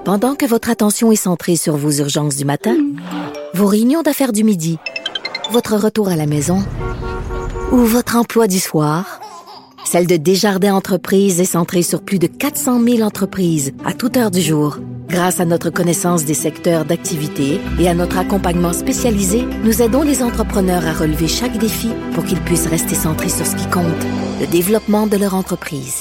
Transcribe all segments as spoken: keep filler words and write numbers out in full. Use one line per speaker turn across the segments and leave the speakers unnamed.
Pendant que votre attention est centrée sur vos urgences du matin, vos réunions d'affaires du midi, votre retour à la maison ou votre emploi du soir, celle de Desjardins Entreprises est centrée sur plus de quatre cent mille entreprises à toute heure du jour. Grâce à notre connaissance des secteurs d'activité et à notre accompagnement spécialisé, nous aidons les entrepreneurs à relever chaque défi pour qu'ils puissent rester centrés sur ce qui compte, le développement de leur entreprise.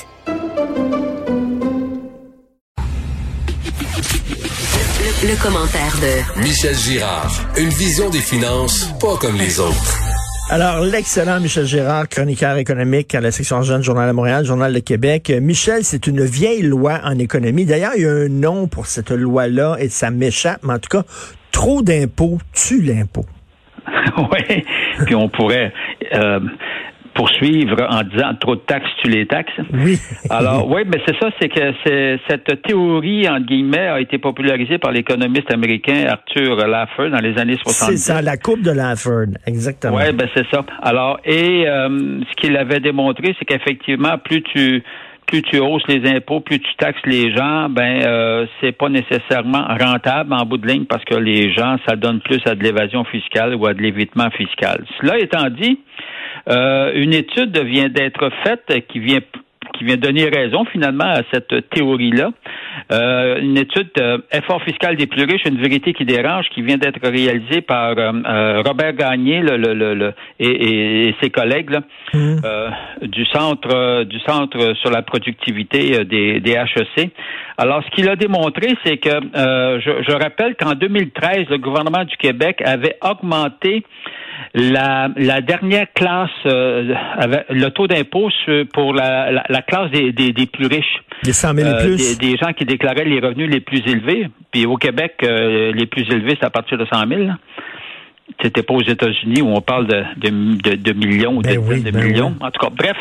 Le, le commentaire de
Michel Girard. Une vision des finances pas comme les autres.
Alors, l'excellent Michel Girard, chroniqueur économique à la section Jeune, Journal de Montréal, Journal de Québec. Michel, c'est une vieille loi en économie. D'ailleurs, il y a un nom pour cette loi-là et ça m'échappe, mais en tout cas, trop d'impôts tue l'impôt.
Oui, puis on pourrait euh, poursuivre en disant trop de taxes tue les taxes.
Oui.
Alors, oui, mais c'est ça, c'est que c'est, cette théorie, entre guillemets, a été popularisée par l'économiste américain Arthur Laffer dans les années soixante-dix.
C'est ça, la courbe de Laffer, exactement.
Oui, ben c'est ça. Alors, et euh, ce qu'il avait démontré, c'est qu'effectivement, plus tu plus tu hausses les impôts, plus tu taxes les gens, ben euh, c'est pas nécessairement rentable en bout de ligne parce que les gens, ça donne plus à de l'évasion fiscale ou à de l'évitement fiscal. Cela étant dit, euh, une étude vient d'être faite qui vient qui vient donner raison finalement à cette théorie-là. Euh, une étude euh, Effort fiscal des plus riches, une vérité qui dérange, qui vient d'être réalisée par euh, euh, Robert Gagné le, le, le, le, et, et, et ses collègues là, mmh. euh, du centre euh, du centre sur la productivité euh, des, des H E C. Alors, ce qu'il a démontré, c'est que euh, je, je rappelle qu'en deux mille treize, le gouvernement du Québec avait augmenté La, la dernière classe, euh, avait le taux d'impôt sur, pour la, la, la classe des, des, des plus riches.
Les cent mille
euh,
et plus.
Des, des gens qui déclaraient les revenus les plus élevés. Puis au Québec, euh, les plus élevés, c'est à partir de cent mille. Là. C'était pas aux États-Unis où on parle de, de, de, de millions ou de,
ben oui,
de
ben
millions.
Oui.
En tout cas, bref.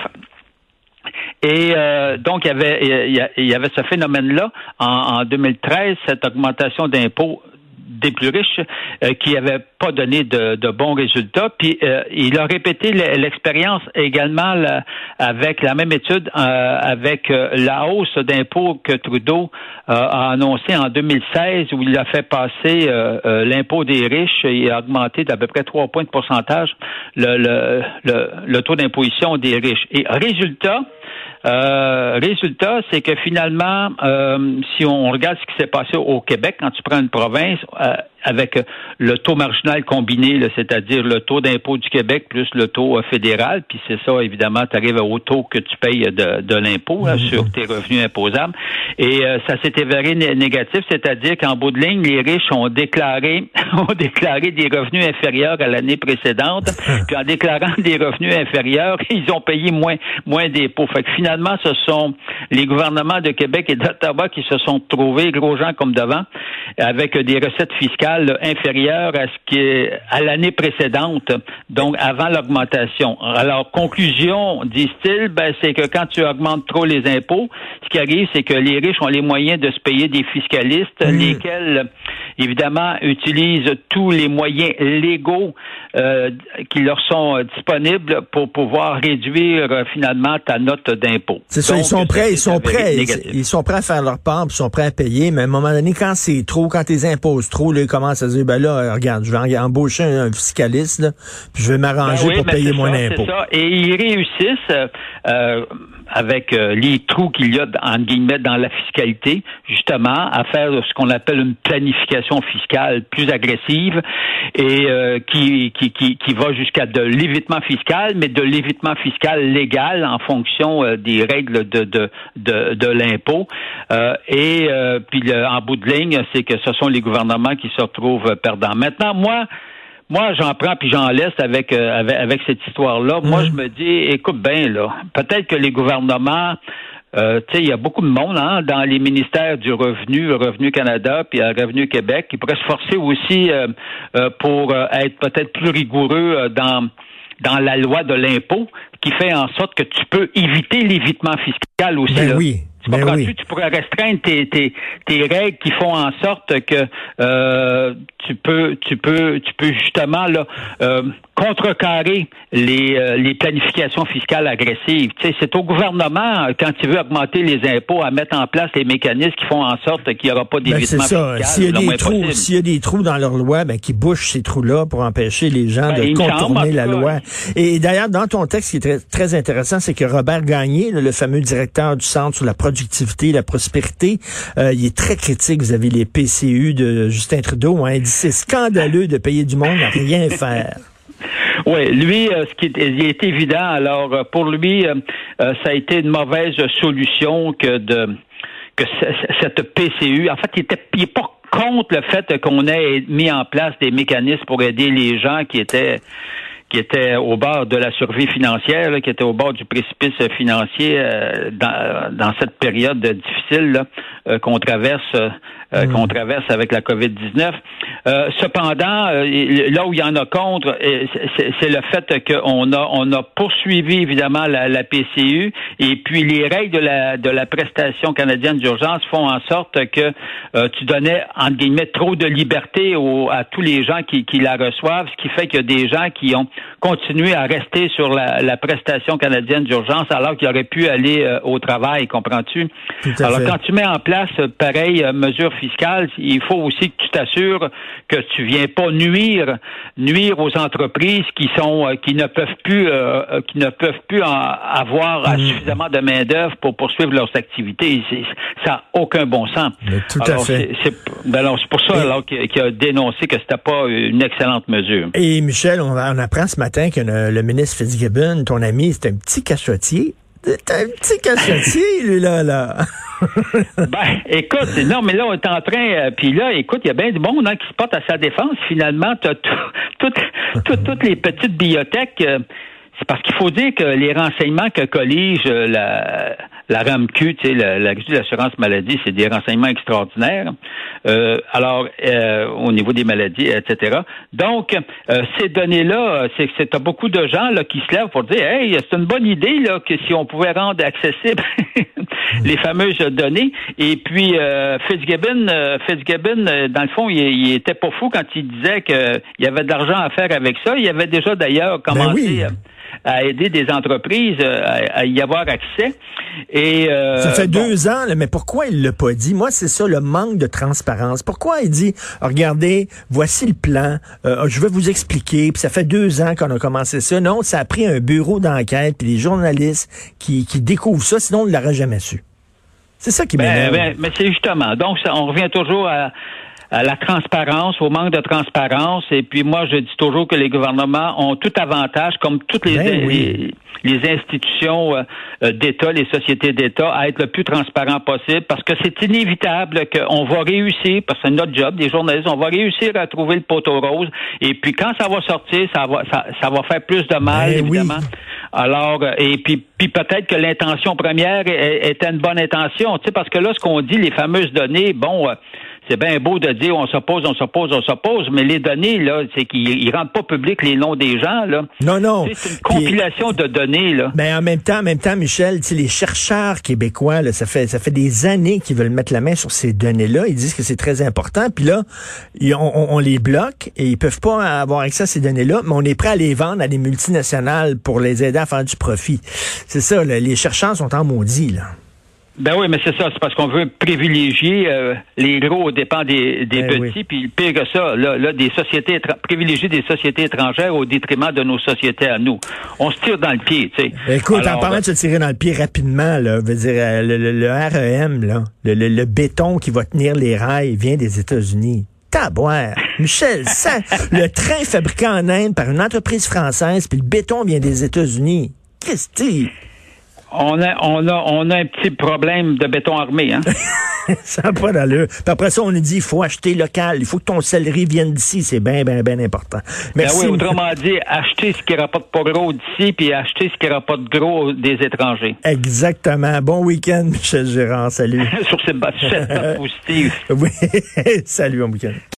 Et euh, donc, il y avait, il y, il y avait ce phénomène-là en, en deux mille treize, cette augmentation d'impôts des plus riches euh, qui n'avaient pas donné de, de bons résultats. Puis euh, il a répété l'expérience également là, avec la même étude, euh, avec euh, la hausse d'impôts que Trudeau euh, a annoncé en deux mille seize, où il a fait passer euh, euh, l'impôt des riches et a augmenté d'à peu près trois points de pourcentage le, le, le, le taux d'imposition des riches. Et résultat, Euh, résultat, c'est que finalement, euh, si on regarde ce qui s'est passé au Québec, quand tu prends une province euh, avec le taux marginal combiné, là, c'est-à-dire le taux d'impôt du Québec plus le taux euh, fédéral, puis c'est ça, évidemment, tu arrives au taux que tu payes de, de l'impôt là, sur tes revenus imposables. Et euh, ça s'est avéré né- négatif, c'est-à-dire qu'en bout de ligne, les riches ont déclaré ont déclaré des revenus inférieurs à l'année précédente, puis en déclarant des revenus inférieurs, ils ont payé moins moins d'impôts. Fait que finalement, ce sont les gouvernements de Québec et d'Ottawa qui se sont trouvés, gros gens comme devant, avec des recettes fiscales là, inférieures à ce qui est à l'année précédente, donc avant l'augmentation. Alors, conclusion, disent-ils, ben, c'est que quand tu augmentes trop les impôts, ce qui arrive, c'est que les riches ont les moyens de se payer des fiscalistes, mmh. lesquels, évidemment, utilisent tous les moyens légaux euh, qui leur sont euh, disponibles pour pouvoir réduire euh, finalement ta note d'impôt.
C'est ça, ils sont prêts, ils sont prêts, ils, ils sont prêts à faire leur part, ils sont prêts à payer, mais à un moment donné, quand c'est trop, quand ils imposent trop, là, ils commencent à se dire, ben là, regarde, je vais embaucher un fiscaliste, là, puis je vais m'arranger ben oui, pour payer moins d'impôts.
C'est ça, et ils réussissent euh, euh, avec euh, les trous qu'il y a, entre guillemets, dans la fiscalité, justement, à faire ce qu'on appelle une planification fiscale plus agressive et euh, qui, qui, qui, qui va jusqu'à de l'évitement fiscal, mais de l'évitement fiscal légal en fonction euh, des règles de, de, de, de l'impôt. Euh, et euh, puis, le, en bout de ligne, c'est que ce sont les gouvernements qui se retrouvent perdants. Maintenant, moi, Moi, j'en prends puis j'en laisse avec, euh, avec avec cette histoire-là. Mmh. Moi, je me dis, écoute bien, là, peut-être que les gouvernements, euh, tu sais, il y a beaucoup de monde hein, dans les ministères du Revenu, Revenu Canada, puis Revenu Québec, qui pourraient se forcer aussi euh, euh, pour euh, être peut-être plus rigoureux euh, dans dans la loi de l'impôt, qui fait en sorte que tu peux éviter l'évitement fiscal aussi.
Ben
là.
oui.
Tu
ben
comprends-tu?
Oui.
Tu pourrais restreindre tes, tes, tes règles qui font en sorte que euh, tu peux tu peux tu peux justement là euh, contrecarrer les euh, les planifications fiscales agressives. Tu sais, c'est au gouvernement, quand il veut augmenter les impôts, à mettre en place les mécanismes qui font en sorte qu'il n'y aura pas d'évitement
ben, c'est ça.
fiscal.
S'il y a des trous,
possible.
s'il y a des trous dans leur loi, ben qu'ils bouchent ces trous-là pour empêcher les gens
ben,
de contourner
semble,
la
cas,
loi. Et, et d'ailleurs, dans ton texte, ce qui est très, très intéressant, c'est que Robert Gagné, le fameux directeur du Centre sur la productivité et la prospérité, euh, il est très critique vis-à-vis les P C U de Justin Trudeau. Hein. Il dit c'est scandaleux de payer du monde à rien faire.
Oui, lui, euh, ce qui est, il est évident. Alors, euh, pour lui, euh, euh, ça a été une mauvaise solution que de que c- cette P C U. En fait, il était, il est pas contre le fait qu'on ait mis en place des mécanismes pour aider les gens qui étaient qui étaient au bord de la survie financière, là, qui étaient au bord du précipice financier euh, dans, dans cette période difficile là, euh, qu'on traverse euh, mmh. qu'on traverse avec la covid dix-neuf. Euh, cependant, euh, là où il y en a contre, c'est, c'est le fait qu'on a on a poursuivi évidemment la, la P C U et puis les règles de la de la prestation canadienne d'urgence font en sorte que euh, tu donnais entre guillemets trop de liberté aux, à tous les gens qui, qui la reçoivent, ce qui fait qu'il y a des gens qui ont continué à rester sur la, la prestation canadienne d'urgence alors qu'ils auraient pu aller euh, au travail, comprends-tu? Alors fait. Quand tu mets en place euh, pareille euh, mesure fiscale, il faut aussi que tu t'assures que tu viens pas nuire nuire aux entreprises qui sont euh, qui ne peuvent plus euh, qui ne peuvent plus en avoir mmh. suffisamment de main d'œuvre pour poursuivre leurs activités. C'est, ça n'a aucun bon sens.
Mais tout
alors,
à fait.
C'est, c'est, ben alors, c'est pour ça et, alors qu'il, qu'il a dénoncé que c'était pas une excellente mesure.
Et Michel, on, on apprend ce matin que le, le ministre Fitzgibbon, ton ami, c'est un petit cachotier. C'est un petit cachotier, lui, là, là.
Ben, écoute, non, mais là, on est en train, euh, puis là, écoute, il y a bien du monde hein, qui se porte à sa défense. Finalement, t'as toutes toutes les petites bibliothèques. Euh, c'est parce qu'il faut dire que les renseignements que collige euh, la, la R A M Q, tu sais, la, la Régie de l'assurance maladie, c'est des renseignements extraordinaires. Euh, alors, euh, au niveau des maladies, et cetera. Donc, euh, ces données-là, c'est que t'as beaucoup de gens là qui se lèvent pour dire, hey, c'est une bonne idée là que si on pouvait rendre accessibles les fameuses données. Et puis, euh, Fitzgibbon, euh, Fitzgibbon, euh, dans le fond, il, il était pas fou quand il disait qu'il y avait de l'argent à faire avec ça. Il avait déjà d'ailleurs commencé. Ben oui. à aider des entreprises à, à y avoir accès. Et euh,
ça fait
bon.
deux ans, là, mais pourquoi il l'a pas dit? Moi, c'est ça, le manque de transparence. Pourquoi il dit, regardez, voici le plan, euh, je vais vous expliquer, puis ça fait deux ans qu'on a commencé ça. Non, ça a pris un bureau d'enquête, puis les journalistes qui, qui découvrent ça, sinon on ne l'aurait jamais su. C'est ça qui m'énerve.
Ben, ben, mais c'est justement, donc ça, on revient toujours à à la transparence, au manque de transparence. Et puis moi, je dis toujours que les gouvernements ont tout avantage, comme toutes les,
ben oui.
les, les institutions euh, d'État, les sociétés d'État, à être le plus transparent possible, parce que c'est inévitable qu'on va réussir, parce que c'est notre job, des journalistes, on va réussir à trouver le poteau rose. Et puis quand ça va sortir, ça va, ça, ça va faire plus de mal, ben évidemment. Oui. Alors, et puis, puis peut-être que l'intention première était une bonne intention, tu sais, parce que là, ce qu'on dit, les fameuses données, bon, euh, c'est bien beau de dire on s'oppose, on s'oppose, on s'oppose, mais les données, là, c'est qu'ils ne rendent pas public les noms des gens, là.
Non, non.
C'est une compilation Puis, de données, là.
Ben, en même temps, en même temps, Michel, tu sais, les chercheurs québécois, là, ça fait, ça fait des années qu'ils veulent mettre la main sur ces données-là. Ils disent que c'est très important. Puis là, ils, on, on les bloque et ils peuvent pas avoir accès à ces données-là, mais on est prêt à les vendre à des multinationales pour les aider à faire du profit. C'est ça, là, les chercheurs sont en maudit, là.
Ben oui, mais c'est ça, c'est parce qu'on veut privilégier euh, les gros aux dépens des, des ben petits, oui. Puis pire que ça, là, là des sociétés privilégier des sociétés étrangères au détriment de nos sociétés à nous. On se tire dans le pied, tu sais.
Écoute, Alors, en parlant
ben,
de se tirer dans le pied rapidement, là, veut dire le, le, le R E M, là, le, le, le béton qui va tenir les rails vient des États-Unis. Taboire. Michel, ça, le train fabriqué en Inde par une entreprise française, puis le béton vient des États-Unis. Christy.
On a, on a, on a un petit problème de béton armé, hein?
Ça n'a pas d'allure. Puis après ça, on nous dit, il faut acheter local. Il faut que ton céleri vienne d'ici. C'est bien, bien, bien important. Merci.
Ben oui, autrement dit, acheter ce qui rapporte pas gros d'ici, puis acheter ce qui rapporte gros des étrangers.
Exactement. Bon week-end, Michel Gérard. Salut.
Sur cette base positive.
Oui. Salut, bon week-end.